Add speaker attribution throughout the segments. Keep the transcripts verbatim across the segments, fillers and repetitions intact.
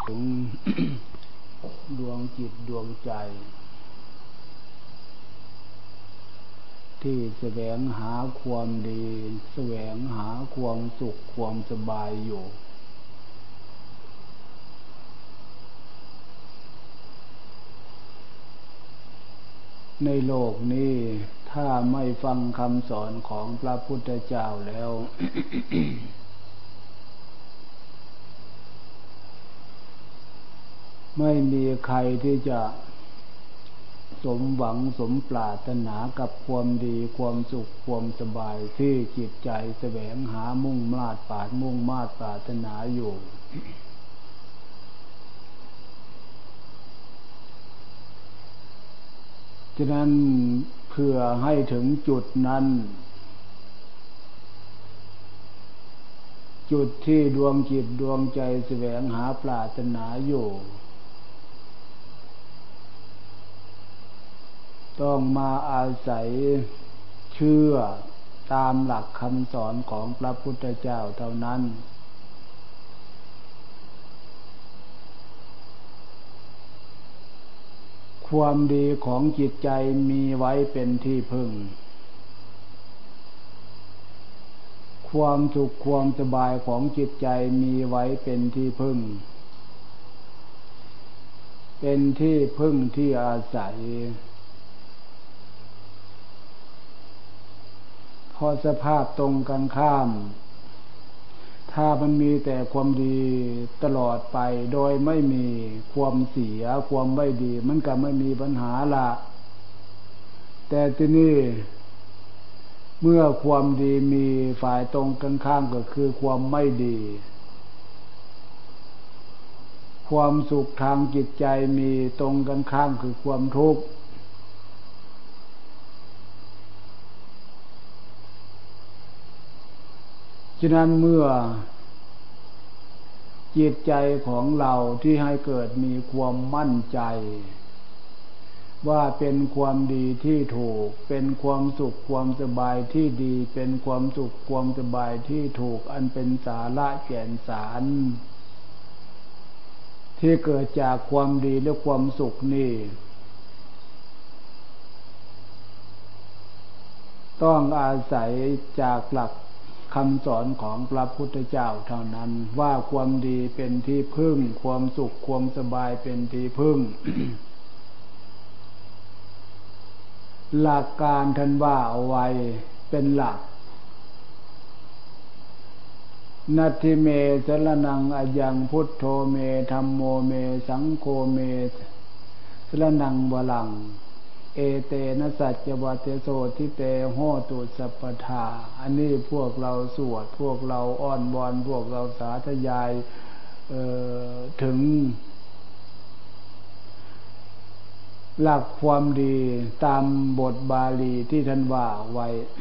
Speaker 1: ถึง ดวงจิตดวงใจที่แสวงหาความดีแสวงหาความสุขความสบายอยู่ในโลกนี้ถ้าไม่ฟังคำสอนของพระพุทธเจ้าแล้ว ไม่มีใครที่จะสมหวังสมปรารถนากับความดีความสุขความสบายที่จิตใจแสวงหามุ่งมา่ปรารถมุ่งมา่ปรารถนาอยู่ ฉะนั้นเพื่อให้ถึงจุดนั้นจุดที่ดวงจิตดวงใจแสวงหาปรารถนาอยู่ต้องมาอาศัยเชื่อตามหลักคำสอนของพระพุทธเจ้าเท่านั้นความดีของจิตใจมีไว้เป็นที่พึ่งความสุขความสบายของจิตใจมีไว้เป็นที่พึ่งเป็นที่พึ่งที่อาศัยพอสภาพตรงกันข้ามถ้ามันมีแต่ความดีตลอดไปโดยไม่มีความเสียความไม่ดีมันก็ไม่มีปัญหาละแต่ที่นี่เมื่อความดีมีฝ่ายตรงกันข้ามก็คือความไม่ดีความสุขทางจิตใจมีตรงกันข้ามคือความทุกข์ฉะนั้นเมื่อจิตใจของเราที่ให้เกิดมีความมั่นใจว่าเป็นความดีที่ถูกเป็นความสุขความสบายที่ดีเป็นความสุขความสบายที่ถูกอันเป็นสาระแก่นสารที่เกิดจากความดีและความสุขนี่ต้องอาศัยจากหลักคำสอนของพระพุทธเจ้าเท่านั้นว่าความดีเป็นที่พึ่งความสุขความสบายเป็นที่พึ่ง หลักการท่านว่าเอาไว้เป็นหลักนัตถิเมสรณังอะยังพุทโธเมธัมโมเมสังโฆเมสรณังวรังเอเตนะสัจจวัตเตโสทิเตโหตุสัพพทาอันนี้พวกเราสวดพวกเราอ้อนวอนพวกเราสาธยายเอ่อถึงหลักความดีตามบทบาลีที่ท่านว่าไว้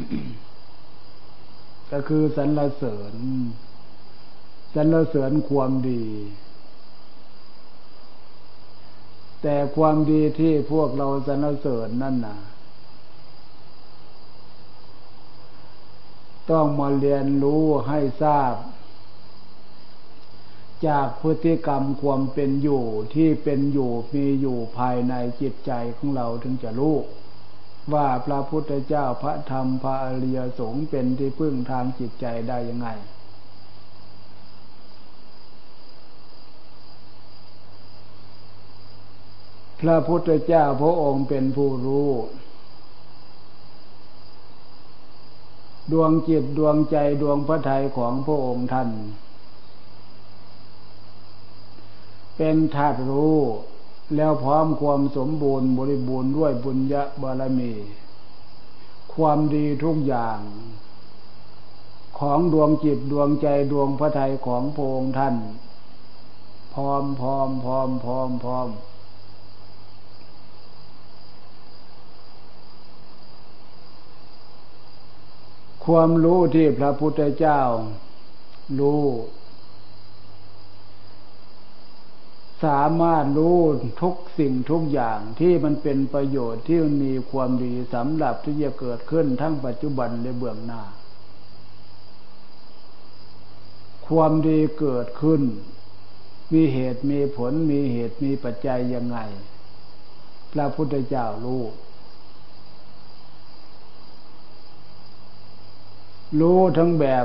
Speaker 1: ก็คือสรรเสริญสรรเสริญความดีแต่ความดีที่พวกเราสรรเสริญนั่นน่ะต้องมาเรียนรู้ให้ทราบจากพฤติกรรมความเป็นอยู่ที่เป็นอยู่มีอยู่ภายในจิตใจของเราถึงจะรู้ว่าพระพุทธเจ้าพระธรรมพระอริยสงฆ์เป็นที่พึ่งทางจิตใจได้ยังไงพระพุทธเจ้าพระองค์เป็นผู้รู้ดวงจิตดวงใจดวงพระทัยของพระองค์ท่านเป็นธาตุรู้แล้วพร้อมความสมบูรณ์บริบูรณ์ด้วยบุญญาบารมีความดีทุกอย่างของดวงจิตดวงใจดวงพระทัยของพระองค์ท่านพร้อมพร้อมพร้อมพร้อมพร้อมความรู้ที่พระพุทธเจ้ารู้สามารถรู้ทุกสิ่งทุกอย่างที่มันเป็นประโยชน์ที่มันมีความดีสำหรับที่จะเกิดขึ้นทั้งปัจจุบันและเบื้องหน้าความดีเกิดขึ้นมีเหตุมีผลมีเหตุมีปัจจัยยังไงพระพุทธเจ้ารู้รู้ทั้งแบบ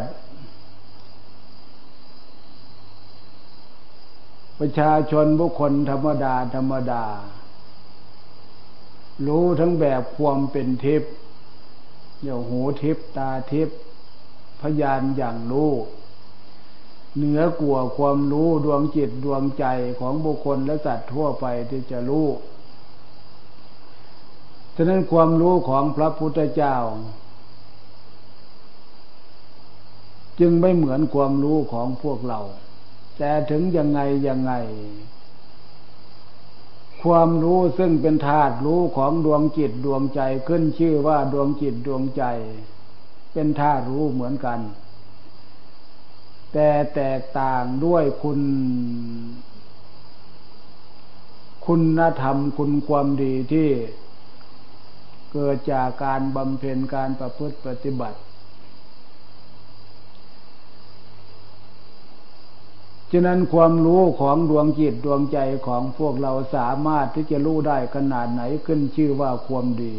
Speaker 1: ประชาชนบุคคลธรรมดาธรรมดารู้ทั้งแบบความเป็นทิพย์อย่างหูทิพย์ตาทิพย์พยานอย่างรู้เหนือกว่าความรู้ดวงจิตดวงใจของบุคคลและสัตว์ทั่วไปที่จะรู้ฉะนั้นความรู้ของพระพุทธเจ้าจึงไม่เหมือนความรู้ของพวกเราแต่ถึงยังไงยังไงความรู้ซึ่งเป็นธาตุรู้ของดวงจิตดวงใจขึ้นชื่อว่าดวงจิตดวงใจเป็นธาตุรู้เหมือนกันแต่แตกต่างด้วยคุณคุณธรรมคุณความดีที่เกิดจากการบำเพ็ญการประพฤติปฏิบัติฉะนั้นความรู้ของดวงจิตดวงใจของพวกเราสามารถที่จะรู้ได้ขนาดไหนขึ้นชื่อว่าความดี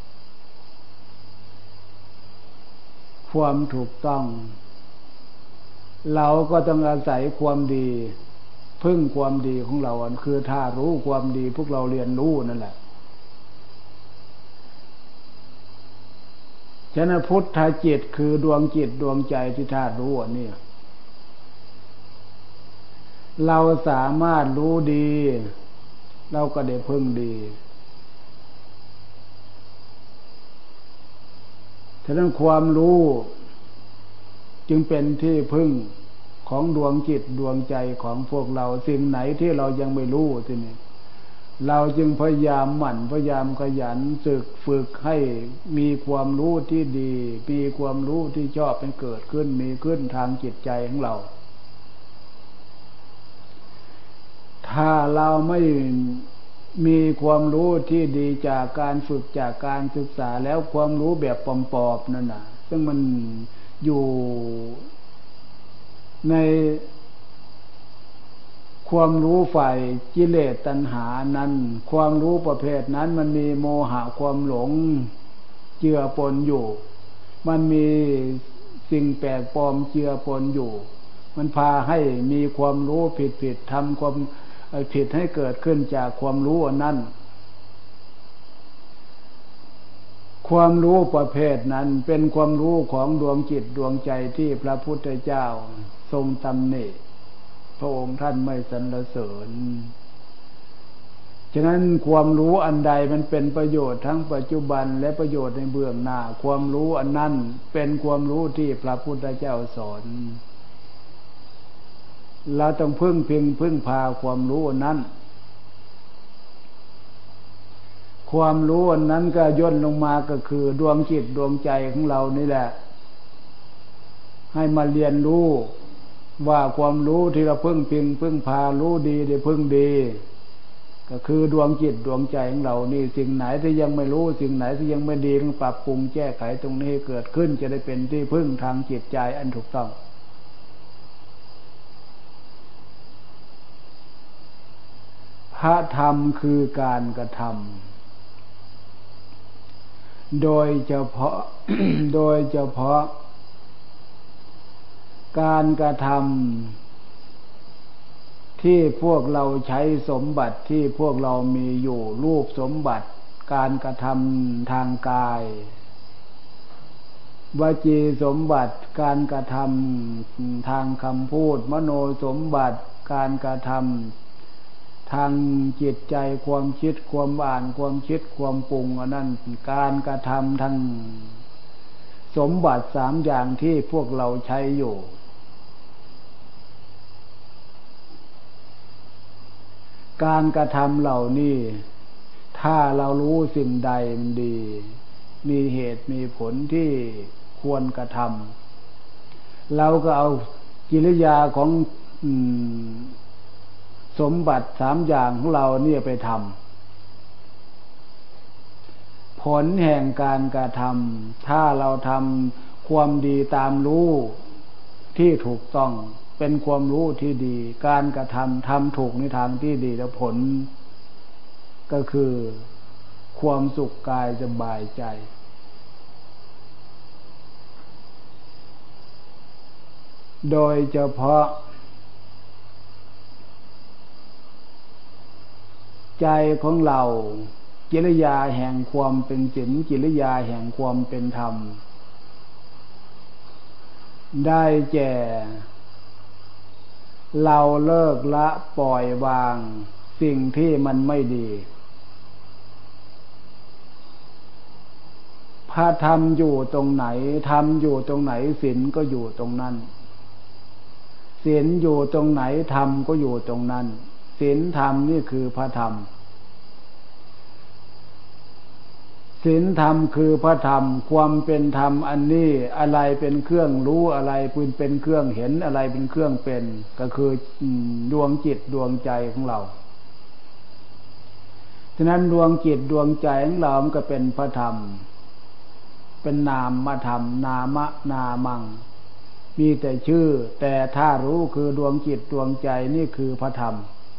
Speaker 1: ความถูกต้องเราก็ต้องอาศัยความดีพึ่งความดีของเราอันคือถ้ารู้ความดีพวกเราเรียนรู้นั่นแหละฉะนั้นพุทธจิตคือดวงจิตดวงใจที่ธาตุรู้อันนี้เราสามารถรู้ดีเราก็ได้พึ่งดีฉะนั้นความรู้จึงเป็นที่พึ่งของดวงจิตดวงใจของพวกเราสิ่งไหนที่เรายังไม่รู้ทีนี้เราจึงพยายามหมั่นพยายามขยันฝึกฝึกให้มีความรู้ที่ดีมีความรู้ที่ชอบเป็นเกิดขึ้นมีขึ้นทางจิตใจของเราถ้าเราไม่มีความรู้ที่ดีจากการฝึกจากการศึกษาแล้วความรู้แบบปลอมๆนั่นน่ะซึ่งมันอยู่ในความรู้ฝ่ายกิเลสตัณหานั้นความรู้ประเภทนั้นมันมีโมหะความหลงเจือปนอยู่มันมีสิ่งแปลกปลอมเจือปนอยู่มันพาให้มีความรู้ผิดๆทำความผิดให้เกิดขึ้นจากความรู้อันนั้นความรู้ประเภทนั้นเป็นความรู้ของดวงจิตดวงใจที่พระพุทธเจ้าทรงตำหนิพระองค์ท่านไม่สรรเสริญฉะนั้นความรู้อันใดมันเป็นประโยชน์ทั้งปัจจุบันและประโยชน์ในเบื้องหน้าความรู้อันนั้นเป็นความรู้ที่พระพุทธเจ้าสอนเราต้องพึ่งพิงพึ่งพาความรู้อันนั้นความรู้อันนั้นก็ย่นลงมาก็คือดวงจิตดวงใจของเรานี่แหละให้มาเรียนรู้ว่าความรู้ที่เราพึ่งพิงพึ่งพารู้ดีได้พึ่งดีก็คือดวงจิตดวงใจของเรานี่สิ่งไหนที่ยังไม่รู้สิ่งไหนที่ยังไม่ดีต้องปรับปรุงแก้ไขตรงนี้เกิดขึ้นจะได้เป็นที่พึ่งทางจิตใจอันถูกต้องพระธรรมคือการกระทำโดยเฉพาะ โดยเฉพาะการกระทำที่พวกเราใช้สมบัติที่พวกเรามีอยู่รูปสมบัติการกระทำทางกายวจีสมบัติการกระทำทางคำพูดมโนสมบัติการกระทำทางจิตใจความคิดความอ่านความคิดความปรุงอันนั้นการกระทำทางสมบัติสามอย่างที่พวกเราใช้อยู่การกระทำเหล่านี้ถ้าเรารู้สิ่งใดมันดีมีเหตุมีผลที่ควรกระทำเราก็เอากิริยาของสมบัติสามอย่างของเราเนี่ยไปทำผลแห่งการกระทำถ้าเราทำความดีตามรู้ที่ถูกต้องเป็นความรู้ที่ดีการกระทำทำถูกในทางที่ดีแล้วผลก็คือความสุขกายสบายใจโดยเฉพาะใจของเรากิริยาแห่งความเป็นศีลกิริยาแห่งความเป็นธรรมได้แก่เราเลิกละปล่อยวางสิ่งที่มันไม่ดีพระธรรมอยู่ตรงไหนธรรมอยู่ตรงไหนศีลก็อยู่ตรงนั้นศีลอยู่ตรงไหนธรรมก็อยู่ตรงนั้นศีลธรรมนี่คือพระธรรมศีลธรรมคือพระธรรมความเป็นธรรมอันนี้อะไรเป็นเครื่องรู้อะไรเป็นเครื่องเห็นอะไรเป็นเครื่องเป็นก็คือดวงจิตดวงใจของเราฉะนั้นดวงจิตดวงใจของเรามันก็เป็นพระธรรมเป็นนามธรรมนามะนามังมีแต่ชื่อแต่ถ้ารู้คือดวงจิตดวงใจนี่คือพระธรรม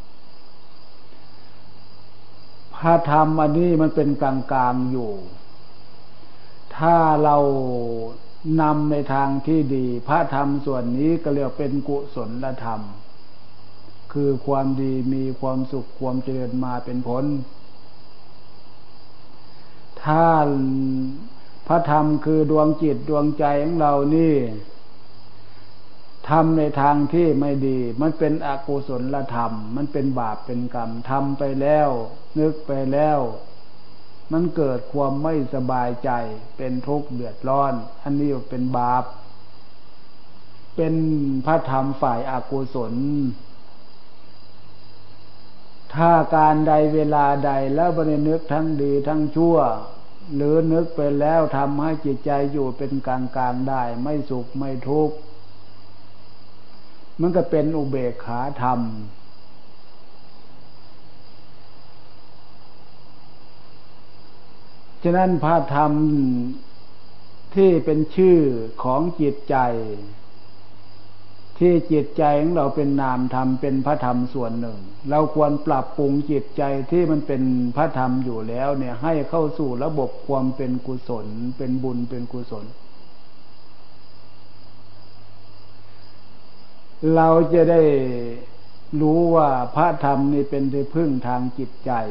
Speaker 1: พระธรรมอันนี้มันเป็นกลางๆอยู่ถ้าเรานำในทางที่ดีพระธรรมส่วนนี้ก็เรียกเป็นกุศลธรรมคือความดีมีความสุขความเจริญมาเป็นผลถ้าพระธรรมคือดวงจิตดวงใจของเรานี่ทำในทางที่ไม่ดีมันเป็นอกุศลธรรมมันเป็นบาปเป็นกรรมทำไปแล้วนึกไปแล้วมันเกิดความไม่สบายใจเป็นทุกข์เดือดร้อนอันนี้เป็นบาปเป็นพระธรรมฝ่ายอกุศลถ้าการใดเวลาใดแล้วบ่ได้นึกทั้งดีทั้งชั่วหรือนึกไปแล้วทำให้จิตใจอยู่เป็นกลางๆได้ไม่สุขไม่ทุกข์มันก็เป็นอุเบกขาธรรมฉะนั้นพระธรรมที่เป็นชื่อของจิตใจที่จิตใจของเราเป็นนามธรรมเป็นพระธรรมส่วนหนึ่งเราควรปรับปรุงจิตใจที่มันเป็นพระธรรมอยู่แล้วเนี่ยให้เข้าสู่ระบบความเป็นกุศลเป็นบุญเป็นกุศลเราจะได้รู้ว่าพระธรรมนี่เป็นที่พึ่งทางจิตใจ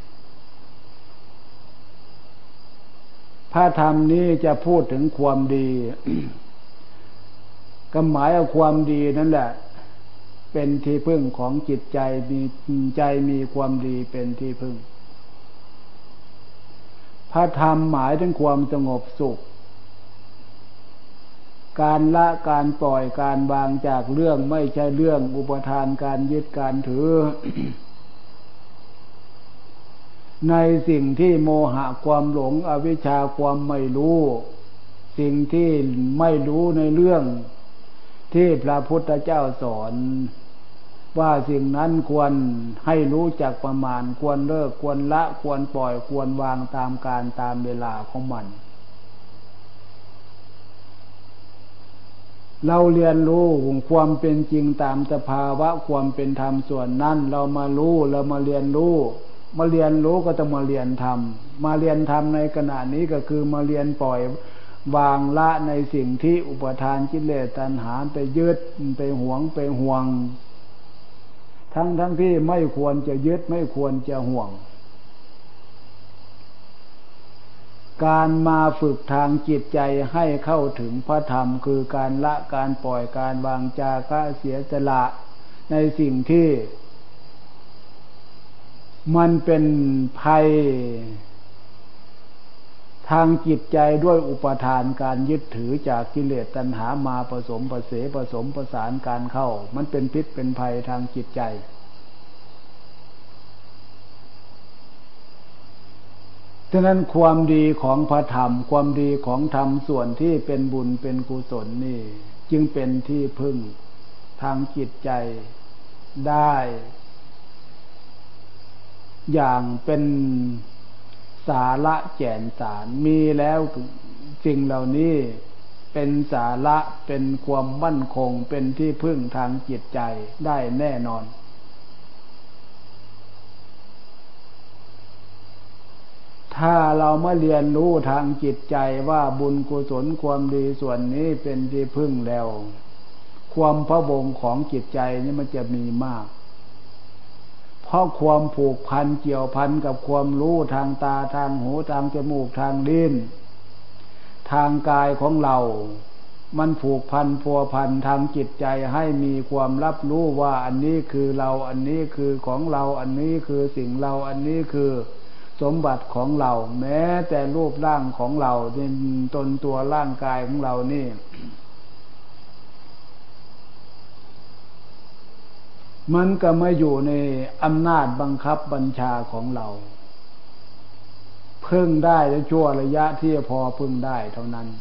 Speaker 1: พระธรรมนี้จะพูดถึงความดี ก็หมายเอาความดีนั่นแหละเป็นที่พึ่งของจิตใจมีใจมีความดีเป็นที่พึ่งพระธรรมหมายถึงความสงบสุขการละการปล่อยการวางจากเรื่องไม่ใช่เรื่องอุปทานการยึดการถือ ในสิ่งที่โมหะความหลงอวิชชาความไม่รู้สิ่งที่ไม่รู้ในเรื่องที่พระพุทธเจ้าสอนว่าสิ่งนั้นควรให้รู้จักประมาณควรเลิกควรละควรปล่อยควรวางตามกาลตามเวลาของมันเราเรียนรู้ความเป็นจริงตามสภาวะความเป็นธรรมส่วนนั้นเรามารู้เรามาเรียนรู้มาเรียนรู้ก็ต้องมาเรียนธรรมมาเรียนธรรมในขณะนี้ก็คือมาเรียนปล่อยวางละในสิ่งที่อุปทานกิเลสตัณหาไปยึดไปหวงไปห่วงทั้งทั้งที่ไม่ควรจะยึดไม่ควรจะห่วงการมาฝึกทางจิตใจให้เข้าถึงพระธรรมคือการละการปล่อยการวางจากะเสียสละในสิ่งที่มันเป็นภัยทางจิตใจด้วยอุปทานการยึดถือจากกิเลสตัณหามาผสมผสมผสมประสานการเข้ามันเป็นพิษเป็นภัยทางจิตใจฉะนั้นความดีของพระธรรมความดีของธรรมส่วนที่เป็นบุญเป็นกุศลนี่จึงเป็นที่พึ่งทางจิตใจได้อย่างเป็นสาระแก่นสารมีแล้วสิ่งเหล่านี้เป็นสาระเป็นความมั่นคงเป็นที่พึ่งทางจิตใจได้แน่นอนถ้าเรามาเรียนรู้ทางจิตใจว่าบุญกุศลความดีส่วนนี้เป็นที่พึ่งแล้วความพะวงของจิตใจนี่มันจะมีมากเพราะความผูกพันเกี่ยวพันกับความรู้ทางตาทางหูทางจมูกทางลิ้นทางกายของเรามันผูกพันพัวพันทางจิตใจให้มีความรับรู้ว่าอันนี้คือเราอันนี้คือของเราอันนี้คือสิ่งเราอันนี้คือสมบัติของเราแม้แต่รูปร่างของเราเป็นตนตัวร่างกายของเรานี่มันก็ไม่อยู่ในอำนาจบังคับบัญชาของเราพึ่งได้ในชั่วระยะที่พอพึ่งได้เท่านั้น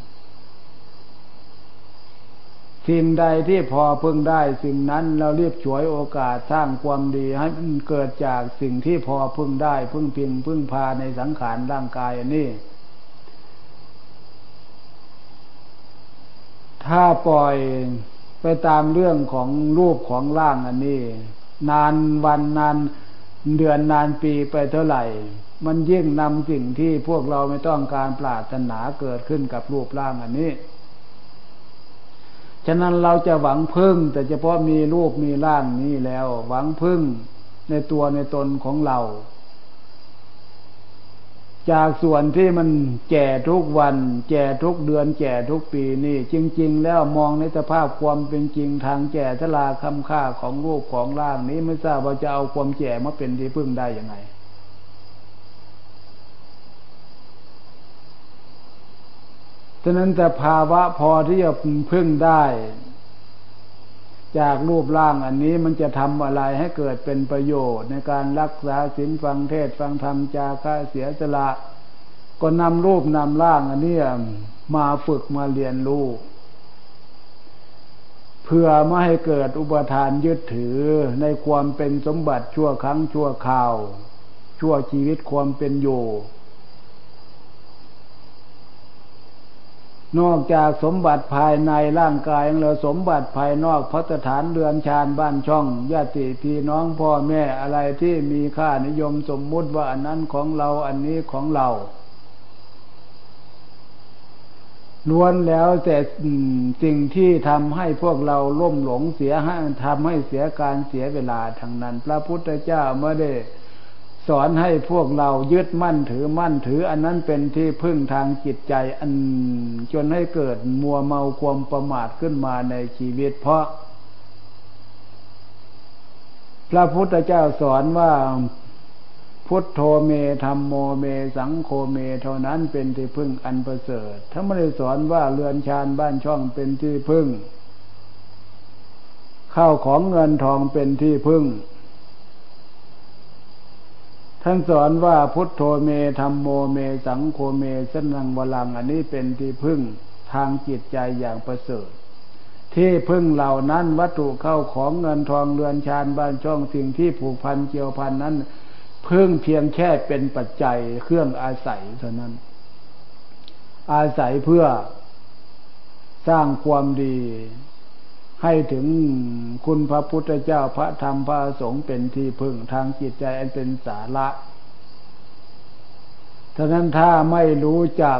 Speaker 1: สิ่งใดที่พอพึ่งได้สิ่งนั้นเรารีบฉวยโอกาสสร้างความดีให้มันเกิดจากสิ่งที่พอพึ่งได้พึ่งพิงพึ่งพาในสังขารร่างกายอันนี้ถ้าปล่อยไปตามเรื่องของรูปของร่างอันนี้นานวันนานเดือนนานปีไปเท่าไหร่มันยิ่งนำสิ่งที่พวกเราไม่ต้องการปรารถนาเกิดขึ้นกับรูปร่างอันนี้ฉะนั้นเราจะหวังพึ่งแต่เฉพาะมีรูปมีร่างนี้แล้วหวังพึ่งในตัวในตนของเราจากส่วนที่มันแก่ทุกวันแก่ทุกเดือนแก่ทุกปีนี่จริงๆแล้วมองในสภาพความเป็นจริงทางแก่ชราคำค่าของรูปของร่างนี้ไม่ทราบว่าจะเอาความแก่มาเป็นที่พึ่งได้ยังไงฉะนั้นแต่ภาวะพอที่จะพึ่งได้จากรูปร่างอันนี้มันจะทำอะไรให้เกิดเป็นประโยชน์ในการรักษาศีลฟังเทศน์ฟังธรรมจาคะเสียสละก็นำรูปนำร่างอันนี้มาฝึกมาเรียนรู้เพื่อไม่ให้เกิดอุปทานยึดถือในความเป็นสมบัติชั่วครั้งชั่วคราวชั่วชีวิตความเป็นอยู่นอกจากสมบัติภายในร่างกายของเราสมบัติภายนอกภัตฐานเรือนชานบ้านช่องญาติพี่น้องพ่อแม่อะไรที่มีค่านิยมสมมุติว่าอันนั้นของเราอันนี้ของเราล้วนแล้วแต่สิ่งที่ทำให้พวกเราล่มหลงเสียให้ทำให้เสียการเสียเวลาทั้งนั้นพระพุทธเจ้าไม่ได้สอนให้พวกเรายึดมั่นถือมั่นถืออันนั้นเป็นที่พึ่งทางจิตใจอันจนให้เกิดมัวเมาความประมาทขึ้นมาในชีวิตเพราะพระพุทธเจ้าสอนว่าพุทโธเมธัมโมเมสังโฆเมเท่านั้นเป็นที่พึ่งอันประเสริฐถ้าไม่ได้สอนว่าเรือนชานบ้านช่องเป็นที่พึ่งข้าวของเงินทองเป็นที่พึ่งท่านสอนว่าพุทโธเมธัมโมเมสังโฆเมสนังวลังอันนี้เป็นที่พึ่งทางจิตใจอย่างประเสริฐที่พึ่งเหล่านั้นวัตถุเข้าของเงินทองเรือนชานบ้านช่องสิ่งที่ผูกพันเกี่ยวพันนั้นพึ่งเพียงแค่เป็นปัจจัยเครื่องอาศัยเท่านั้นอาศัยเพื่อสร้างความดีให้ถึงคุณพระพุทธเจ้าพระธรรมพระสงฆ์เป็นที่พึ่งทางจิตใจอันเป็นสาระฉะนั้นถ้าไม่รู้จัก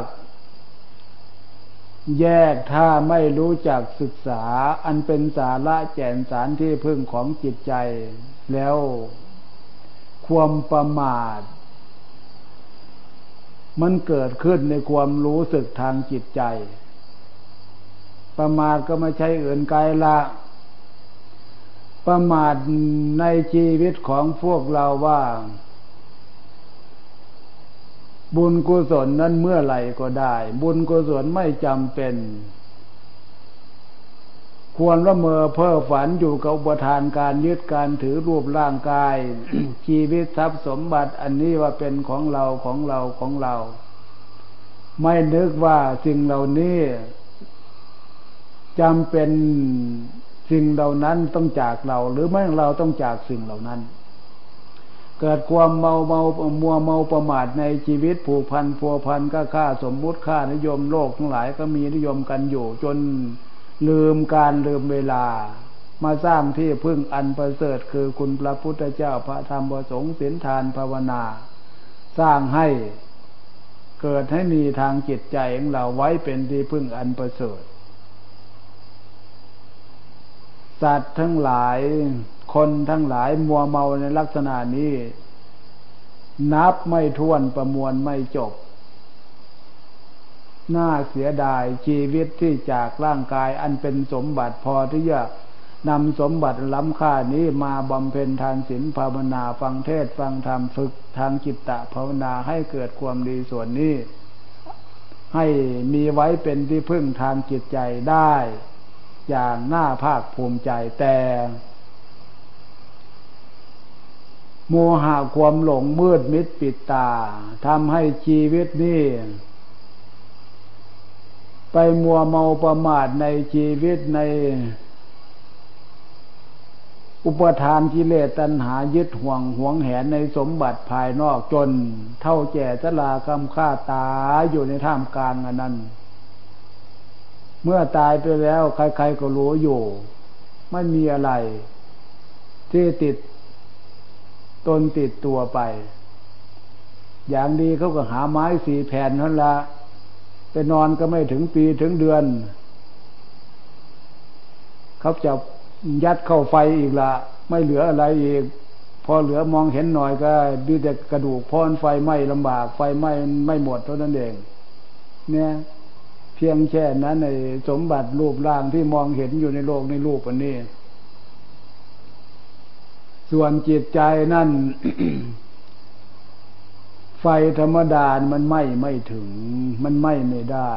Speaker 1: แยกถ้าไม่รู้จักศึกษาอันเป็นสาระแก่นสารที่พึ่งของจิตใจแล้วความประมาทมันเกิดขึ้นในความรู้สึกทางจิตใจประมาทก็ไม่ใช่อื่นไกลละประมาทในชีวิตของพวกเราว่าบุญกุศลนั้นเมื่อไหร่ก็ได้บุญกุศลไม่จำเป็นควรละเมอเพ้อฝันอยู่กับอุปทานการยึดการถือรูปร่างกาย ชีวิตทรัพย์สมบัติอันนี้ว่าเป็นของเราของเราของเราไม่นึกว่าสิ่งเหล่านี้จำเป็นสิ่งเหล่านั้นต้องจากเราหรือไม่เราต้องจากสิ่งเหล่านั้นเกิดความเมาเมามัวเมาประมาทในชีวิตผูกพันพัวพันก็ค่าสมมุติค่านิยมโลกทั้งหลายก็มีนิยมกันอยู่จนลืมการลืมเวลามาสร้างที่พึ่งอันประเสริฐคือคุณพระพุทธเจ้าพระธรรมพระสงฆ์ศีลทานภาวนาสร้างให้เกิดให้มีทางจิตใจของเราไว้เป็นที่พึ่งอันประเสริฐสัตว์ทั้งหลายคนทั้งหลายมัวเมาในลักษณะนี้นับไม่ถ้วนประมวลไม่จบน่าเสียดายชีวิตที่จากร่างกายอันเป็นสมบัติพอที่จะนำสมบัติล้ำค่านี้มาบำเพ็ญทานศีลภาวนาฟังเทศน์ฟังธรรมฝึกทางจิตตภาวนาให้เกิดความดีส่วนนี้ให้มีไว้เป็นที่พึ่งทางจิตใจได้อย่างน่าภาคภูมิใจแต่โมหะความหลงมืดมิดปิดตาทำให้ชีวิตนี้ไปมัวเมาประมาทในชีวิตในอุปทานกิเลสตัณหายึดห่วงหวงแหนในสมบัติภายนอกจนเท่าแก่ชราคำฆ่าตายอยู่ในท่ามกลางอันนั้นเมื่อตายไปแล้วใครๆก็รู้อยู่ไม่มีอะไรที่ติดตนติดตัวไปอย่างดีเขาก็หาไม้สี่แผ่นนั่นละไปนอนก็ไม่ถึงปีถึงเดือนเขาจะยัดเข้าไฟอีกละไม่เหลืออะไรอีกพอเหลือมองเห็นหน่อยก็มีแต่กระดูกพรไฟไหม้ลำบากไฟไหม้ไม่หมดเท่านั้นเองเนี่ยเพียงแค่นั้นในสมบัติรูปร่างที่มองเห็นอยู่ในโลกในรูปอันนี้ส่วนจิตใจนั่น ไฟธรรมดามันไหม้ไม่ถึงมันไหม้ไม่ได้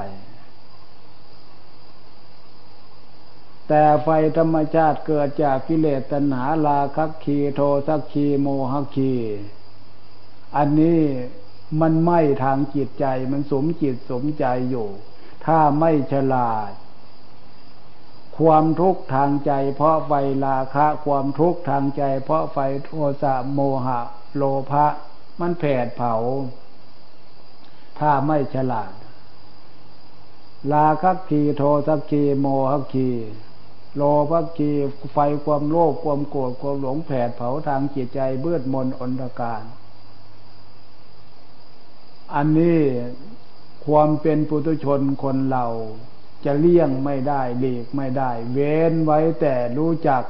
Speaker 1: แต่ไฟธรรมชาติเกิดจากกิเลสตัณหาราคะคีโทสักคีโมหคีอันนี้มันไหม้ทางจิตใจมันสมจิตสมใจอยู่ถ้าไม่ฉลาดความทุกข์ทางใจเพราะไฟราคะความทุกข์ทางใจเพราะไฟโทสะโมหะโลภะมันแผดเผาถ้าไม่ฉลาดราคะคีโทสักคีโมหคีโลภคีไฟความโลภความโกรธความหลงแผดเผาทางจิตใจเบืดมนอนตการอันนี้ความเป็นปุถุชนคนเราจะเลี่ยงไม่ได้หลีกไม่ได้เว้นไว้แต่รู้จัก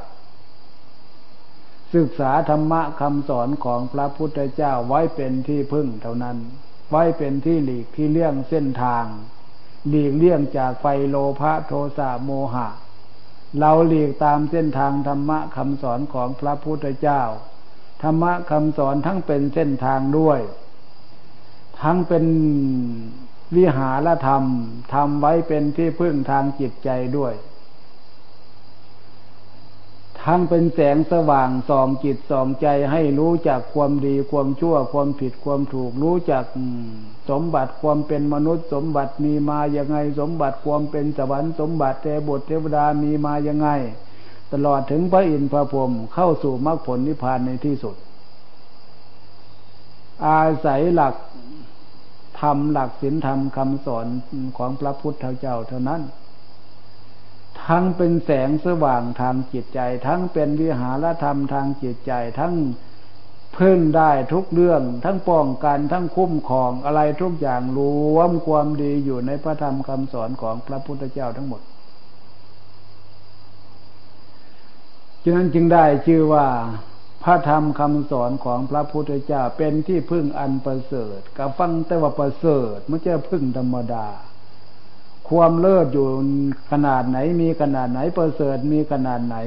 Speaker 1: ศึกษาธรรมะคำสอนของพระพุทธเจ้าไว้เป็นที่พึ่งเท่านั้นไว้เป็นที่หลีกที่เลี่ยงเส้นทางหลีกเลี่ยงจากไฟโลภะโทสะโมหะเราหลีกตามเส้นทางธรรมะคำสอนของพระพุทธเจ้าธรรมะคำสอนทั้งเป็นเส้นทางด้วยทั้งเป็นวิหารธรรมทำไว้เป็นที่พึ่งทางจิตใจด้วยทั้งเป็นแสงสว่างส่องจิตส่องใจให้รู้จักความดีความชั่วความผิดความถูกรู้จักสมบัติความเป็นมนุษย์สมบัติมีมายังไงสมบัติความเป็นสวรรค์สมบัติเทพบุตรเทวดามีมายังไงตลอดถึงพระอินทร์พระพรหมเข้าสู่มรรคผลนิพพานในที่สุดอาศัยหลักธรรมหลักศีลธรรมคำสอนของพระพุทธเจ้าเท่านั้นทั้งเป็นแสงสว่างทางจิตใจทั้งเป็นวิหารธรรมทางจิตใจทั้งพึ่งได้ทุกเรื่องทั้งป้องกันทั้งคุ้มครองอะไรทุกอย่างรวมความดีอยู่ในพระธรรมคำสอนของพระพุทธเจ้าทั้งหมดฉะนั้นจึงได้ชื่อว่าพระธรรมคำสอนของพระพุทธเจ้าเป็นที่พึ่งอันประเสริฐก็ฟังแต่ว่าประเสริฐไม่ใช่พึ่งธรรมดาความเลิศอยู่ขนาดไหนมีขนาดไหนประเสริฐมีขนาดไหน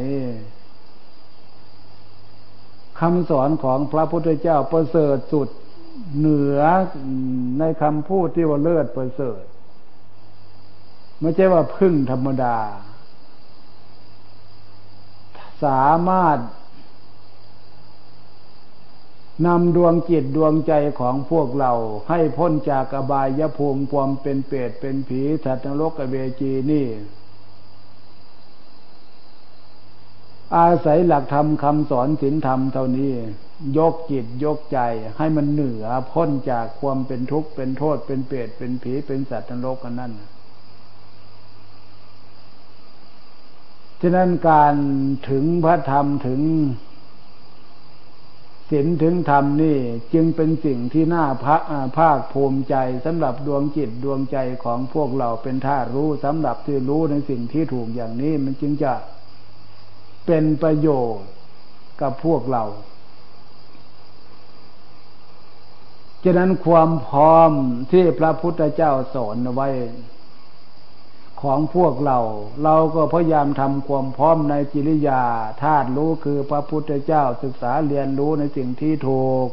Speaker 1: คำสอนของพระพุทธเจ้าประเสริฐสุดเหนือในคำพูดที่ว่าเลิศประเสริฐไม่ใช่ว่าพึ่งธรรมดาสามารถนำดวงจิตดวงใจของพวกเราให้พ้นจากอบายภูมิความเป็นเปรตเป็นผีสัตว์นรกอเวจีนี่อาศัยหลักธรรมคำสอนศีลธรรมเท่านี้ยกจิตยกใจให้มันเหนือพ้นจากความเป็นทุกข์เป็นโทษเป็นเปรตเป็นผีเป็นสัตว์นรกกันนั่นฉะนั้นการถึงพระธรรมถึงศีลถึงธรรมนี่จึงเป็นสิ่งที่น่าภาคภูมิใจสำหรับดวงจิตดวงใจของพวกเราเป็นธาตุรู้สำหรับที่รู้ในสิ่งที่ถูกอย่างนี้มันจึงจะเป็นประโยชน์กับพวกเราฉะนั้นความพร้อมที่พระพุทธเจ้าสอนไว้ของพวกเราเราก็พยายามทำความพร้อมในกิริยาธาตุรู้คือพระพุทธเจ้าศึกษาเรียนรู้ในสิ่งที่ถูก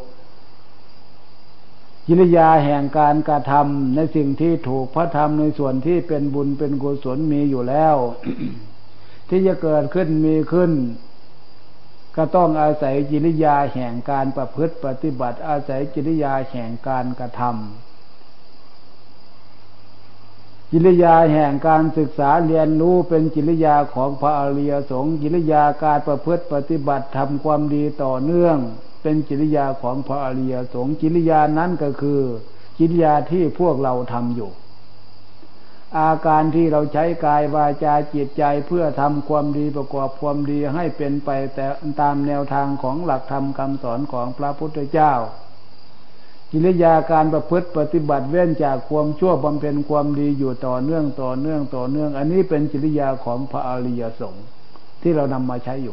Speaker 1: กิริยาแห่งการกระทำในสิ่งที่ถูกพระธรรมในส่วนที่เป็นบุญเป็นกุศลมีอยู่แล้ว ที่จะเกิดขึ้นมีขึ้นก็ต้องอาศัยกิริยาแห่งการประพฤติปฏิบัติอาศัยกิริยาแห่งการกระทำกิริยาแห่งการศึกษาเรียนรู้เป็นกิริยาของพระอริยสงฆ์กิริยาการประพฤติปฏิบัติทำความดีต่อเนื่องเป็นกิริยาของพระอริยสงฆ์กิริยานั้นก็คือกิริยาที่พวกเราทำอยู่อาการที่เราใช้กายวาจาจิตใจเพื่อทำความดีประกอบความดีให้เป็นไปแต่ตามแนวทางของหลักธรรมคำสอนของพระพุทธเจ้ากิริยาการประพฤติปฏิบัติเว้นจากความชั่วบำเพ็ญความดีอยู่ต่อเนื่องต่อเนื่องต่อเนื่องอันนี้เป็นกิริยาของพระอริยสงฆ์ที่เรานำมาใช้อยู่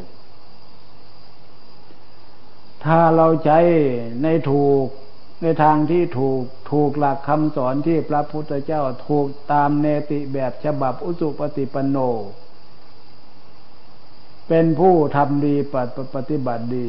Speaker 1: ถ้าเราใช้ในถูกในทางที่ถูกถูกหลักคำสอนที่พระพุทธเจ้าถูกตามเนติแบบฉบับอุสุปฏิปันโนเป็นผู้ทำดีปฏิบัติดี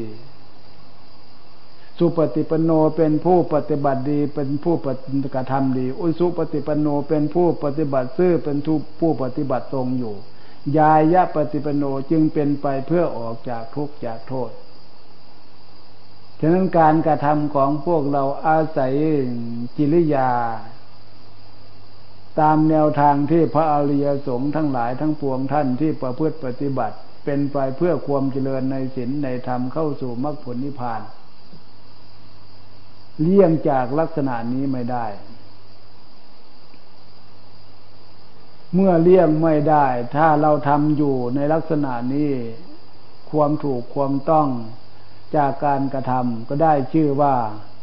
Speaker 1: สุปฏิปันโนเป็นผู้ปฏิบัติดีเป็นผู้ปฏิกระทำดีอุสุปฏิปันโนเป็นผู้ปฏิบัติซื่อเป็นผู้ปฏิบัติตรงอยู่ยายะปฏิปันโนจึงเป็นไปเพื่อออกจากทุกข์จากโทษฉะนั้นการกระทำของพวกเราอาศัยกิริยาตามแนวทางที่พระอริยสงฆ์ทั้งหลายทั้งปวงท่านที่ประพฤติปฏิบัติเป็นไปเพื่อความเจริญในศีลในธรรมเข้าสู่มรรคผลนิพพานเลี่ยงจากลักษณะนี้ไม่ได้เมื่อเลี่ยงไม่ได้ถ้าเราทำอยู่ในลักษณะนี้ความถูกความต้องจากการกระทำก็ได้ชื่อว่า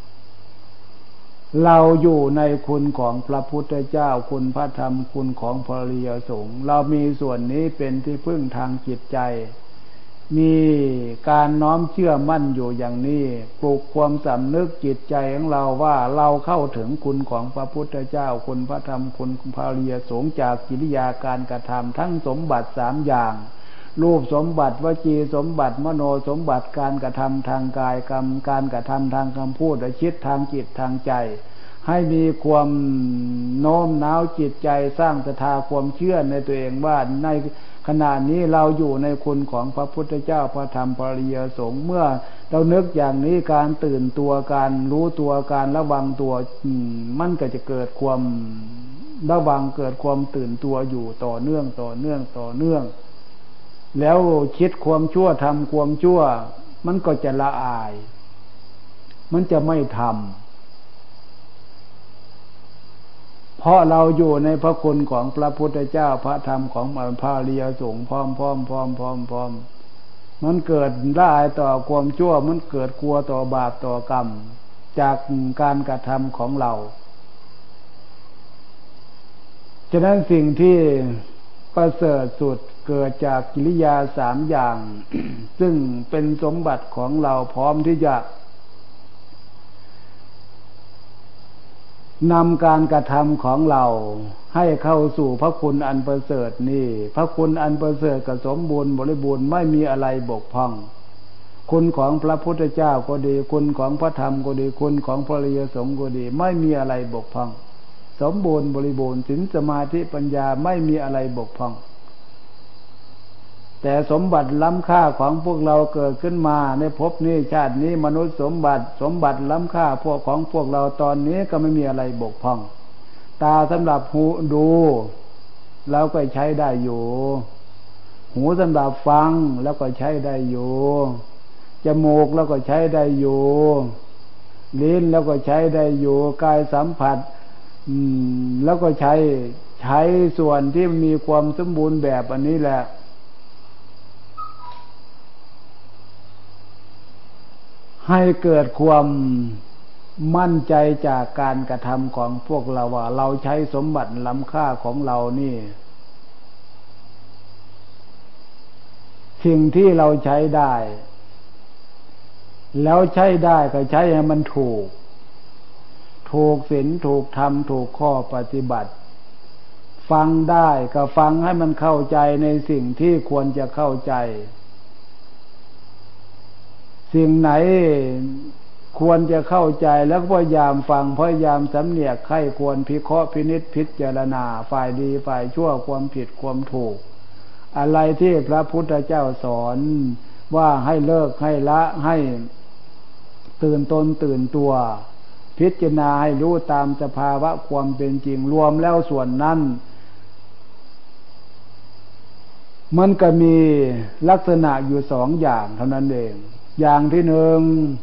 Speaker 1: เราอยู่ในคุณของพระพุทธเจ้าคุณพระธรรมคุณของพระอริยสงฆ์เรามีส่วนนี้เป็นที่พึ่งทางจิตใจมีการน้อมเชื่อมั่นอยู่อย่างนี้ปลูกความสำนึกจิตใจของเราว่าเราเข้าถึงคุณของพระพุทธเจ้าคุณพระธรรมคุณพระอริยสงฆ์จากกิริยาการกระทำทั้งสมบัติสามอย่างรูปสมบัติวจีสมบัติมโนสมบัติการกระทำทางกายกรรมการกระทำทางคำพูดและคิดทางจิตทางใจให้มีความโน้มน้าวจิตใจสร้างศรัทธาความเชื่อในตัวเองว่าในขณะนี้เราอยู่ในคุณของพระพุทธเจ้าพระธรรมพระอริยสงฆ์เมื่อเรานึกอย่างนี้การตื่นตัวการรู้ตัวการระวังตัวมันก็จะเกิดความระวังเกิดความตื่นตัวอยู่ต่อเนื่องต่อเนื่องต่อเนื่องแล้วคิดความชั่วทำความชั่วมันก็จะละอายมันจะไม่ทำเพราะเราอยู่ในพระคุณของพระพุทธเจ้าพระธรรมของพระอริยสงฆ์พร้อมพร้อมพร้อมพร้อมพร้อมมันเกิดละอายต่อความชั่วมันเกิดกลัวต่อบาปต่อกรรมจากการกระทำของเราฉะนั้นสิ่งที่ประเสริฐสุดเกิดจากกิริยาสามอย่าง ซึ่งเป็นสมบัติของเราพร้อมที่จะนำการกระทำของเราให้เข้าสู่พระคุณอันประเสริฐนี่พระคุณอันประเสริฐก็สมบูรณ์บริบูรณ์ไม่มีอะไรบกพร่องคุณของพระพุทธเจ้าก็ดีคุณของพระธรรมก็ดีคุณของพระอริยสงฆ์ก็ดีไม่มีอะไรบกพร่องสมบูรณ์บริบูรณ์ศีลสมาธิปัญญาไม่มีอะไรบกพร่องแต่สมบัติล้ำค่าของพวกเราเกิดขึ้นมาในภพนี้ชาตินี้มนุษย์สมบัติสมบัติล้ำค่าพวกของพวกเราตอนนี้ก็ไม่มีอะไรบกพร่องตาสำหรับหูดูเราก็ใช้ได้อยู่หหูสำหรับฟังแล้วก็ใช้ได้อยู่จมูกแล้วก็ใช้ได้อยู่ลิ้นแล้วก็ใช้ได้อยู่กายสัมผัสอืมแล้วก็ใช้ใช้ส่วนที่มีความสมบูรณ์แบบอันนี้แหละให้เกิดความมั่นใจจากการกระทำของพวกเราว่าเราใช้สมบัติล้ำค่าของเรานี่สิ่งที่เราใช้ได้แล้วใช้ได้ก็ใช้ให้มันถูกถูกศีลถูกธรรมถูกข้อปฏิบัติฟังได้ก็ฟังให้มันเข้าใจในสิ่งที่ควรจะเข้าใจสิ่งไหนควรจะเข้าใจแล้วพยายามฟังพยายามสำเนียกใคร่ควรพิเคราะห์พินิจพิจารณาฝ่ายดีฝ่ายชั่วความผิดความถูกอะไรที่พระพุทธเจ้าสอนว่าให้เลิกให้ละให้ตื่นตนตื่นตัวพิจารณาให้รู้ตามสภาวะความเป็นจริงรวมแล้วส่วนนั้นมันก็มีลักษณะอยู่สองอย่างเท่านั้นเองอย่างที่หนึ่ง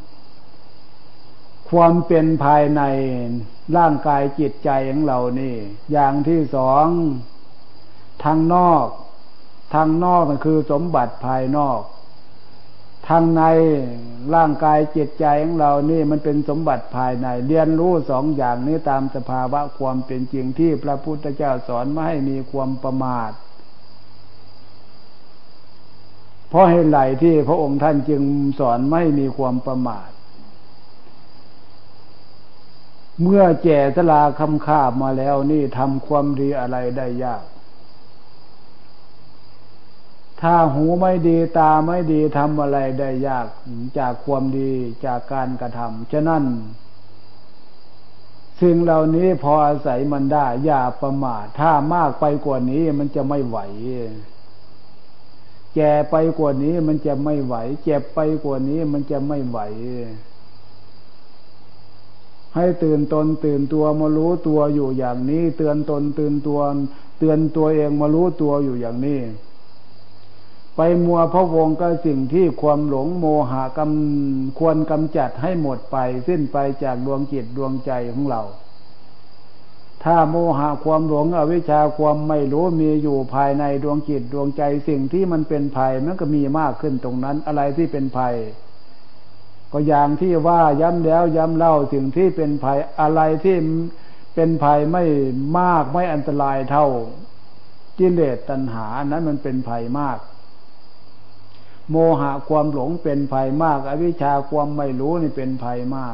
Speaker 1: ความเป็นภายในร่างกายจิตใจของเรานี่อย่างที่สองทางนอกทางนอกก็คือสมบัติภายนอกทางในร่างกายจิตใจของเรานี่มันเป็นสมบัติภายในเรียนรู้สองอย่างนี้ตามสภาวะความเป็นจริงที่พระพุทธเจ้าสอนไม่ให้มีความประมาทเพราะเหตุไรที่พระองค์ท่านจึงสอนไม่มีความประมาทเมื่อแก่ชราคำคาบมาแล้วนี่ทำความดีอะไรได้ยากถ้าหูไม่ดีตาไม่ดีทำอะไรได้ยากจากความดีจากการกระทำฉะนั้นสิ่งเหล่านี้พออาศัยมันได้อย่าประมาทถ้ามากไปกว่านี้มันจะไม่ไหวแก่ไปกว่านี้มันจะไม่ไหวเจ็บไปกว่านี้มันจะไม่ไหวให้ตื่นตนตื่นตัวมารู้ตัวอยู่อย่างนี้เตือนตนตื่นตัวเตือนตัวเองมารู้ตัวอยู่อย่างนี้ไปมัวพะวงกับสิ่งที่ความหลงโมหะกำควรกำจัดให้หมดไปสิ้นไปจากดวงจิตดวงใจของเราถ้าโมหะความหลงอวิชชาความไม่รู้มีอยู่ภายในดวงจิตดวงใจสิ่งที่มันเป็นภัยมันก็มีมากขึ้นตรงนั้นอะไรที่เป็นภัยก็อย่างที่ว่าย้ำแล้วย้ำเล่าสิ่งที่เป็นภัยอะไรที่เป็นภัยไม่มากไม่อันตรายเท่ากิเลสตัณหานั้นมันเป็นภัยมากโมหะความหลงเป็นภัยมากอวิชชาความไม่รู้นี่เป็นภัยมาก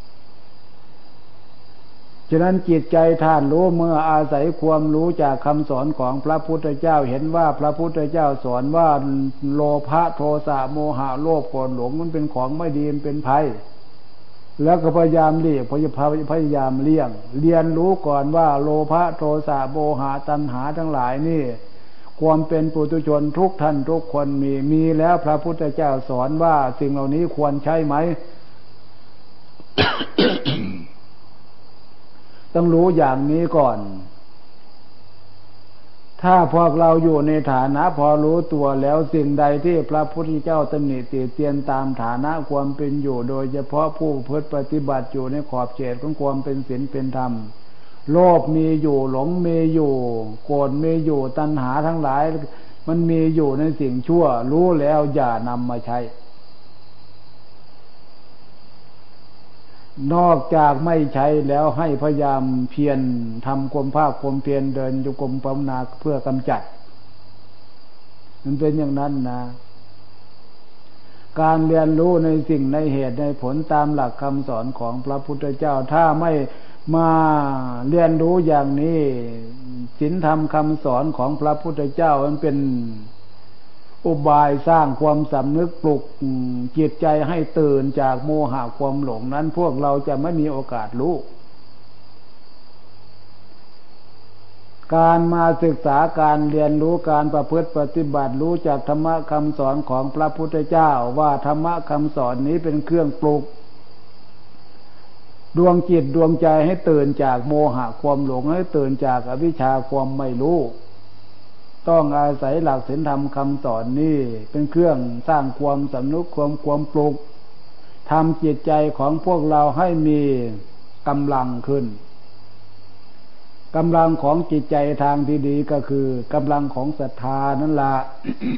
Speaker 1: ฉะนั้นจิตใจท่านรู้เมื่ออาศัยความรู้จากคำสอนของพระพุทธเจ้าเห็นว่าพระพุทธเจ้าสอนว่าโลภะโทสะโมหะโลภโกรธหลงมันเป็นของไม่ดีมันเป็นภัยแล้วก็พยายามเลี่ยงพยายามเลี่ยงเรียนรู้ก่อนว่าโลภะโทสะโมหะตัณหาทั้งหลายนี่ความเป็นปุถุชนทุกท่านทุกคนมีมีแล้วพระพุทธเจ้าสอนว่าสิ่งเหล่านี้ควรใช้ไหม ต้องรู้อย่างนี้ก่อนถ้าพวกเราอยู่ในฐานะพอรู้ตัวแล้วสิ่งใดที่พระพุทธเจ้าตำหนิติเตียนตามฐานะความเป็นอยู่โดยเฉพาะผู้พฤติปฏิบัติอยู่ในขอบเขตของความเป็นศีลเป็นธรรมโลภมีอยู่หลงมีอยู่โกรธมีอยู่ตัณหาทั้งหลายมันมีอยู่ในสิ่งชั่วรู้แล้วอย่านำมาใช้นอกจากไม่ใช้แล้วให้พยายามเพียรทำความภาคความเพียรเดินจงกรมภาวนาเพื่อกำจัดมันเป็นอย่างนั้นนะการเรียนรู้ในสิ่งในเหตุในผลตามหลักคำสอนของพระพุทธเจ้าถ้าไม่มาเรียนรู้อย่างนี้ศีลธรรมคำสอนของพระพุทธเจ้ามันเป็นอุบายสร้างความสำนึกปลุกจิตใจให้ตื่นจากโมหะความหลงนั้นพวกเราจะไม่มีโอกาสรู้การมาศึกษาการเรียนรู้การประพฤติปฏิบัติรู้จากธรรมะคำสอนของพระพุทธเจ้าว่าธรรมะคำสอนนี้เป็นเครื่องปลุกดวงจิตดวงใจให้ตื่นจากโมหะความหลงให้ตื่นจากอวิชชาความไม่รู้ต้องอาศัยหลักศีลธรรมคำสอนนี้เป็นเครื่องสร้างความสำนึกความความปลุกทำจิตใจของพวกเราให้มีกำลังขึ้นกำลังของจิตใจทางที่ดีก็คือกำลังของศรัทธานั่นล่ะ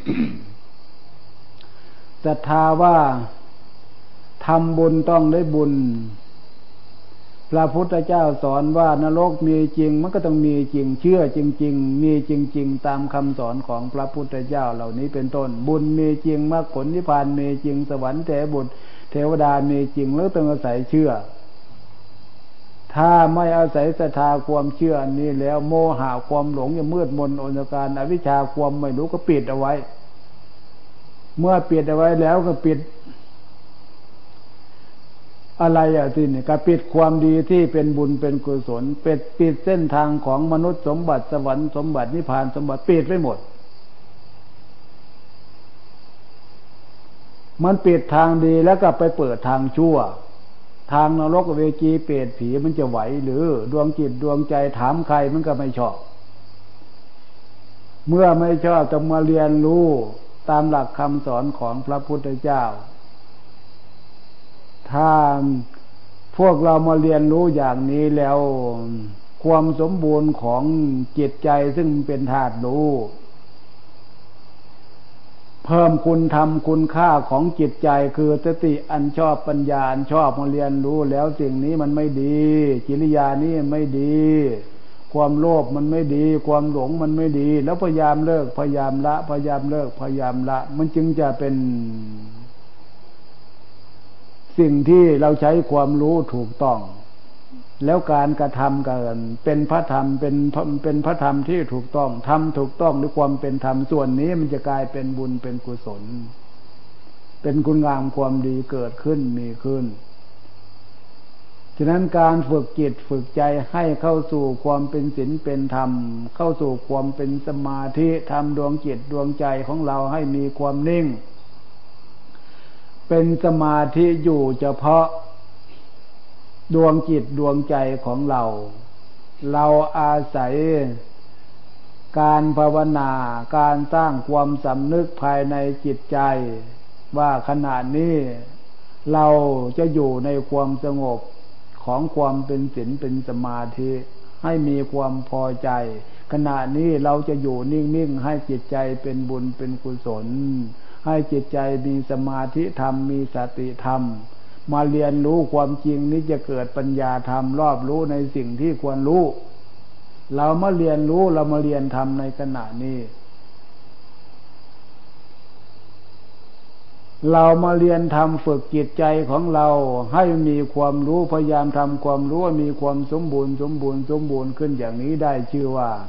Speaker 1: ศรัทธาว่าทำบุญต้องได้บุญพระพุทธเจ้าสอนว่านรกมีจริงมันก็ต้องมีจริงเชื่อจริงๆมีจริงๆตามคำสอนของพระพุทธเจ้าเหล่านี้เป็นต้นบุญมีจริงมรรคผลนิพพานมีจริงสวรรค์เทวบุตรเทวดามีจริงแล้วต้องอาศัยเชื่อถ้าไม่อาศัยศรัทธาความเชื่อนี้แล้วโมหะความหลงจะมืดมนอนการอวิชชาความไม่รู้ก็ปิดเอาไว้เมื่อปิดเอาไว้แล้วก็ปิดอะไรอ่ะที่นี่ก็ปิดความดีที่เป็นบุญเป็นกุศลปิดปิดเส้นทางของมนุษย์สมบัติสวรรค์สมบัตินิพพานสมบัติปิดไว้หมดมันปิดทางดีแล้วก็ไปเปิดทางชั่วทางนรกเวจีเปรตผีมันจะไหวหรือดวงจิตดวงใจถามใครมันก็ไม่ชอบเมื่อไม่ชอบต้องมาเรียนรู้ตามหลักคำสอนของพระพุทธเจ้าถ้าพวกเรามาเรียนรู้อย่างนี้แล้วความสมบูรณ์ของจิตใจซึ่งเป็นธาตุรู้เพิ่มคุณธรรมคุณค่าของจิตใจคือสติอันชอบปัญญาอันชอบมาเรียนรู้แล้วสิ่งนี้มันไม่ดีกิริยานี้ไม่ดีความโลภมันไม่ดีความหลงมันไม่ดีแล้วพยายามเลิกพยายามละพยายามเลิกพยายามละมันจึงจะเป็นสิ่งที่เราใช้ความรู้ถูกต้องแล้วการกระทำกันเป็นพระธรรมเป็นเป็นพระธรรมที่ถูกต้องทำถูกต้องด้วยความเป็นธรรมส่วนนี้มันจะกลายเป็นบุญเป็นกุศลเป็นคุณงามความดีเกิดขึ้นมีขึ้นฉะนั้นการฝึกจิตฝึกใจให้เข้าสู่ความเป็นศีลเป็นธรรมเข้าสู่ความเป็นสมาธิทำดวงจิตดวงใจของเราให้มีความนิ่งเป็นสมาธิอยู่เฉพาะดวงจิตดวงใจของเราเราอาศัยการภาวนาการสร้างความสำนึกภายในจิตใจว่าขณะนี้เราจะอยู่ในความสงบของความเป็นศีลเป็นสมาธิให้มีความพอใจขณะนี้เราจะอยู่นิ่งๆให้จิตใจเป็นบุญเป็นกุศลให้จิตใจมีสมาธิธรรมมีสติธรรมมาเรียนรู้ความจริงนี้จะเกิดปัญญาธรรมรอบรู้ในสิ่งที่ควรรู้เรามาเรียนรู้เรามาเรียนธรรมในขณะนี้เรามาเรียนธรรมฝึกจิตใจของเราให้มีความรู้พยายามทำความรู้มีความสมบูรณ์สมบูรณ์สมบูรณ์ขึ้นอย่างนี้ได้ชื่อว่า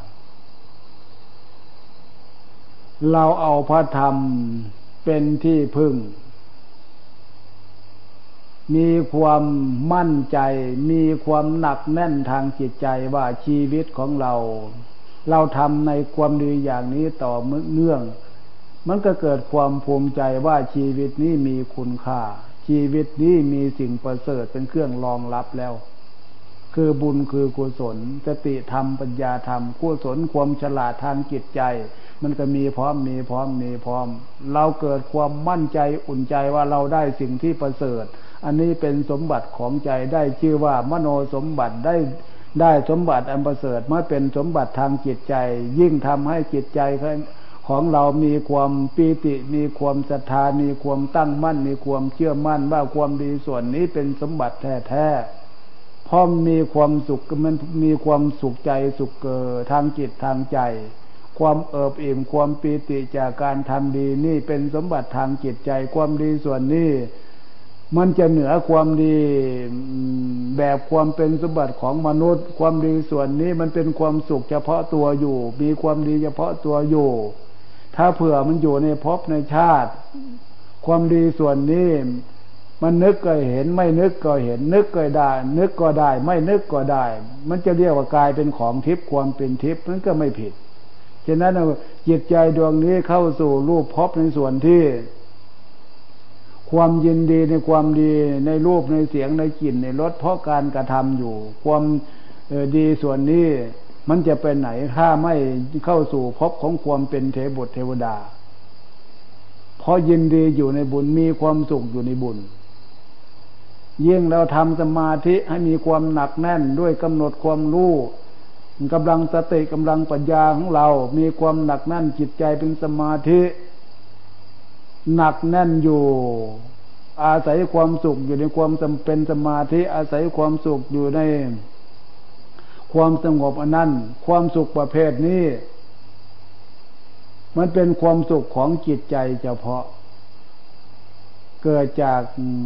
Speaker 1: เราเอาพระธรรมเป็นที่พึ่งมีความมั่นใจมีความหนักแน่นทางจิตใจว่าชีวิตของเราเราทำในความดีอย่างนี้ต่อเนื่องมันก็เกิดความภูมิใจว่าชีวิตนี้มีคุณค่าชีวิตนี้มีสิ่งประเสริฐเป็นเครื่องรองรับแล้วคือบุญคือกุศลสติธรรมปัญญาธรรมกุศลความฉลาดทางจิตใจมันก็มีพร้อมมีพร้อมมีพร้อมเราเกิดความมั่นใจอุ่นใจว่าเราได้สิ่งที่ประเสริฐอันนี้เป็นสมบัติของใจได้ชื่อว่ามโนสมบัติได้ได้สมบัติอันประเสริฐเมื่อเป็นสมบัติทางจิตใจยิ่งทำให้จิตใจของเรามีความปีติมีความศรัทธามีความตั้งมั่นมีความเชื่อมั่นว่าความดีส่วนนี้เป็นสมบัติแท้ๆพร้อมมีความสุขมันมีความสุขใจสุขเกิดทางจิตทางใจความเอิบอิ่มความปีติจากการทำดีนี่เป็นสมบัติทางจิตใจความดีส่วนนี้มันจะเหนือความดีแบบความเป็นสมบัติของมนุษย์ความดีส่วนนี้มันเป็นความสุขเฉพาะตัวอยู่มีความดีเฉพาะตัวอยู่ถ้าเผื่อมันอยู่ในภพในชาติความดีส่วนนี้มันนึกก็เห็นไม่นึกก็เห็นนึกก็ได้นึกก็ได้ไม่นึกก็ได้มันจะเรียกว่ากายเป็นของทิพย์ความเป็นทิพย์นั้นก็ไม่ผิดฉะนั้นจิตใจดวงนี้เข้าสู่รูปภพในส่วนที่ความยินดีในความดีในรูปในเสียงในกลิ่นในรสเพราะการกระทำอยู่ความดีส่วนนี้มันจะไปไหนถ้าไม่เข้าสู่ภพของความเป็นเทพบุตรเทวดาเพราะยินดีอยู่ในบุญมีความสุขอยู่ในบุญยิ่งเราทำสมาธิให้มีความหนักแน่นด้วยกำหนดความรู้กำลังสติกำลังปัญญาของเรามีความหนักแน่นจิตใจเป็นสมาธิหนักแน่นอยู่อาศัยความสุขอยู่ในความจำเป็นสมาธิอาศัยความสุขอยู่ในความสงบอันนั้นความสุขประเภทนี้มันเป็นความสุขของจิตใจเฉพาะเกิดจาก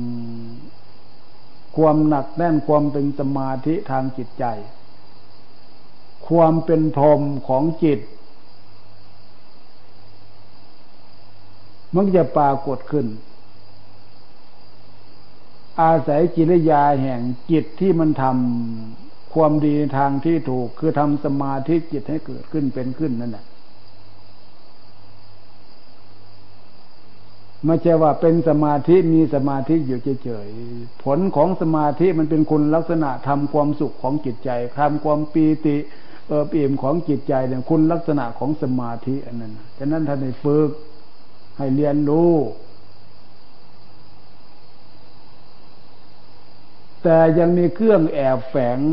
Speaker 1: ความหนักแน่นความเป็นสมาธิทางจิตใจความเป็นพรหมของจิตมันจะปรากฏขึ้นอาศัยกิริยาแห่งจิตที่มันทำความดีทางที่ถูกคือทำสมาธิจิตให้เกิดขึ้นเป็นขึ้นนั่นแหละไม่ใช่ว่าเป็นสมาธิมีสมาธิอยู่เฉยๆผลของสมาธิมันเป็นคุณลักษณะทำความสุขของจิตใจทำความปีติเอิบอิ่มของจิตใจเนี่ยคุณลักษณะของสมาธิอันนั้นฉะนั้นท่านให้ฝึกให้เรียนรู้แต่ยังมีเครื่องแอบแฝง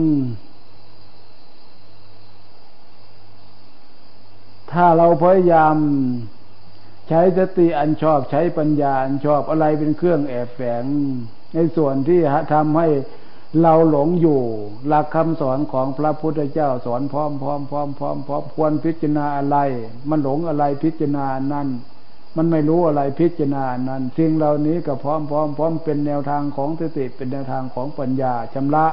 Speaker 1: ถ้าเราพยายามใช้สติอันชอบใช้ปัญญาอันชอบอะไรเป็นเครื่องแอบแฝงในส่วนที่ทำให้เราหลงอยู่หลักคำสอนของพระพุทธเจ้าสอนพร้อมพร้อมพร้อมพร้อมพร้อมควรพิจารณาอะไรมันหลงอะไรพิจารณานั้นมันไม่รู้อะไรพิจารณานั้นสิ่งเหล่านี้ก็พร้อมพร้อมพร้อมเป็นแนวทางของสติเป็นแนวทางของปัญญาชำระ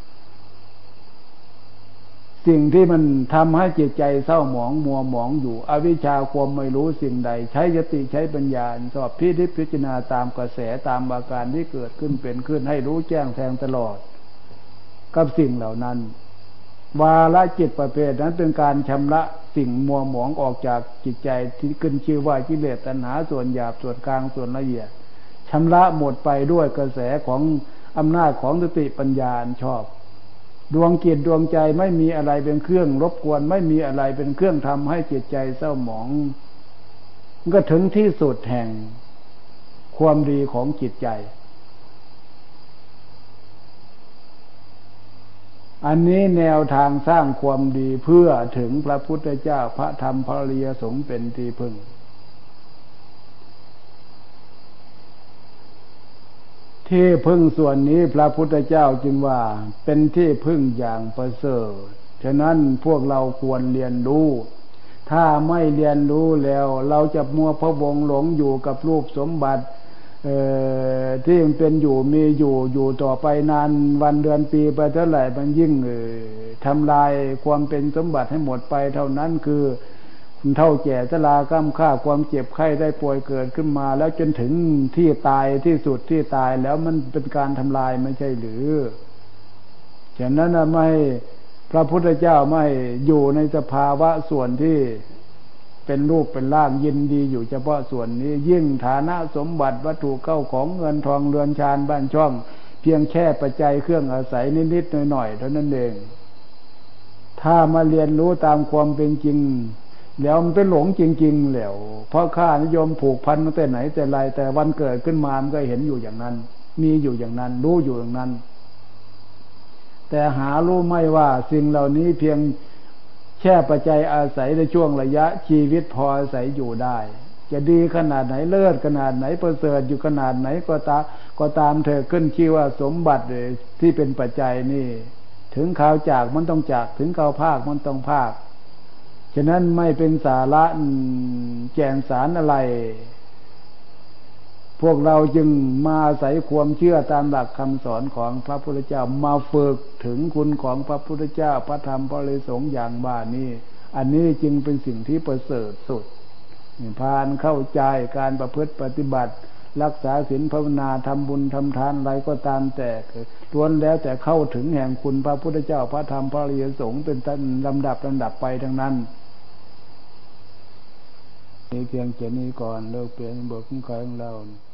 Speaker 1: สิ่งที่มันทำให้จิตใจเศร้าหมองมัวหมองอยู่อวิชชาความไม่รู้สิ่งใดใช้สติใช้ปัญญาสอบพิจิตรพิจารณาตามกระแสตามอาการที่เกิดขึ้นเป็นขึ้นให้รู้แจ้งแทงตลอดกับสิ่งเหล่านั้นวาระจิตประเภทนั้นเป็นการชำระสิ่งมัวหมองออกจากจิตใจที่ขึ้นชื่อว่ากิเลสตัณหาส่วนหยาบส่วนกลางส่วนละเอียดชำระหมดไปด้วยกระแสของอำนาจของสติปัญญาชอบดวงจิตดวงใจไม่มีอะไรเป็นเครื่องรบกวนไม่มีอะไรเป็นเครื่องทำให้จิตใจเศร้าหมองมันก็ถึงที่สุดแห่งความดีของจิตใจอันนี้แนวทางสร้างความดีเพื่อถึงพระพุทธเจ้าพระธรรมพระอริยสงฆ์เป็นที่พึ่งที่พึ่งส่วนนี้พระพุทธเจ้าจึงว่าเป็นที่พึ่งอย่างประเสริฐฉะนั้นพวกเราควรเรียนรู้ถ้าไม่เรียนรู้แล้วเราจะมัวพะวงหลงอยู่กับรูปสมบัติที่มันเป็นอยู่มีอยู่อยู่ต่อไปนานวันเดือนปีไปเท่าไหร่มันยิ่งทำลายความเป็นสมบัติให้หมดไปเท่านั้นคือเท่าแก่ชราก้ำค่าความเจ็บไข้ได้ป่วยเกิดขึ้นมาแล้วจนถึงที่ตายที่สุดที่ตายแล้วมันเป็นการทำลายไม่ใช่หรือฉะนั้นไม่พระพุทธเจ้าไม่อยู่ในสภาวะส่วนที่เป็นรูปเป็นร่างยินดีอยู่เฉพาะส่วนนี้ยิ่งฐานะสมบัติวัตถุเข้าของเงินทองเรือนชานบ้านช่องเพียงแค่ปัจจัยเครื่องอาศัยนิดๆหน่อยๆเท่านั้นเองถ้ามาเรียนรู้ตามความเป็นจริงแล้วมันเป็นหลงจริงๆแล้วเพราะข้านิยมผูกพันมาแต่ไหนแต่ไรแต่วันเกิดขึ้นมามันก็เห็นอยู่อย่างนั้นมีอยู่อย่างนั้นรู้อยู่อย่างนั้นแต่หารู้ไม่ว่าสิ่งเหล่านี้เพียงแค่ปัจจัยอาศัยในช่วงระยะชีวิตพออาศัยอยู่ได้จะดีขนาดไหนเลิศขนาดไหนประเสริฐอยู่ขนาดไหนก็ตามก็ตามเธอขึ้นชื่อว่าสมบัติที่เป็นปัจจัยนี่ถึงข่าวจากมันต้องจากถึงข่าวภาคมันต้องภาคฉะนั้นไม่เป็นสาระแก่นสารอะไรพวกเราจึงมาอาศัยความเชื่อตามหลักคำสอนของพระพุทธเจ้ามาฝึกถึงคุณของพระพุทธเจ้าพระธรรมพระอริยสงฆ์อย่างบ้านี้อันนี้จึงเป็นสิ่งที่ประเสริฐสุดพานเข้าใจการประพฤติปฏิบัติรักษาศีลภาวนาทำบุญทำทานอะไรก็ตามแต่ล้วนแล้วแต่เข้าถึงแห่งคุณพระพุทธเจ้าพระธรรมพระอริยสงฆ์เป็นต้นลำดับลำดับไปทั้งนั้นนี่เพียงแค่นี้ก่อนเลิกเปลี่ยนบทของใครของเรา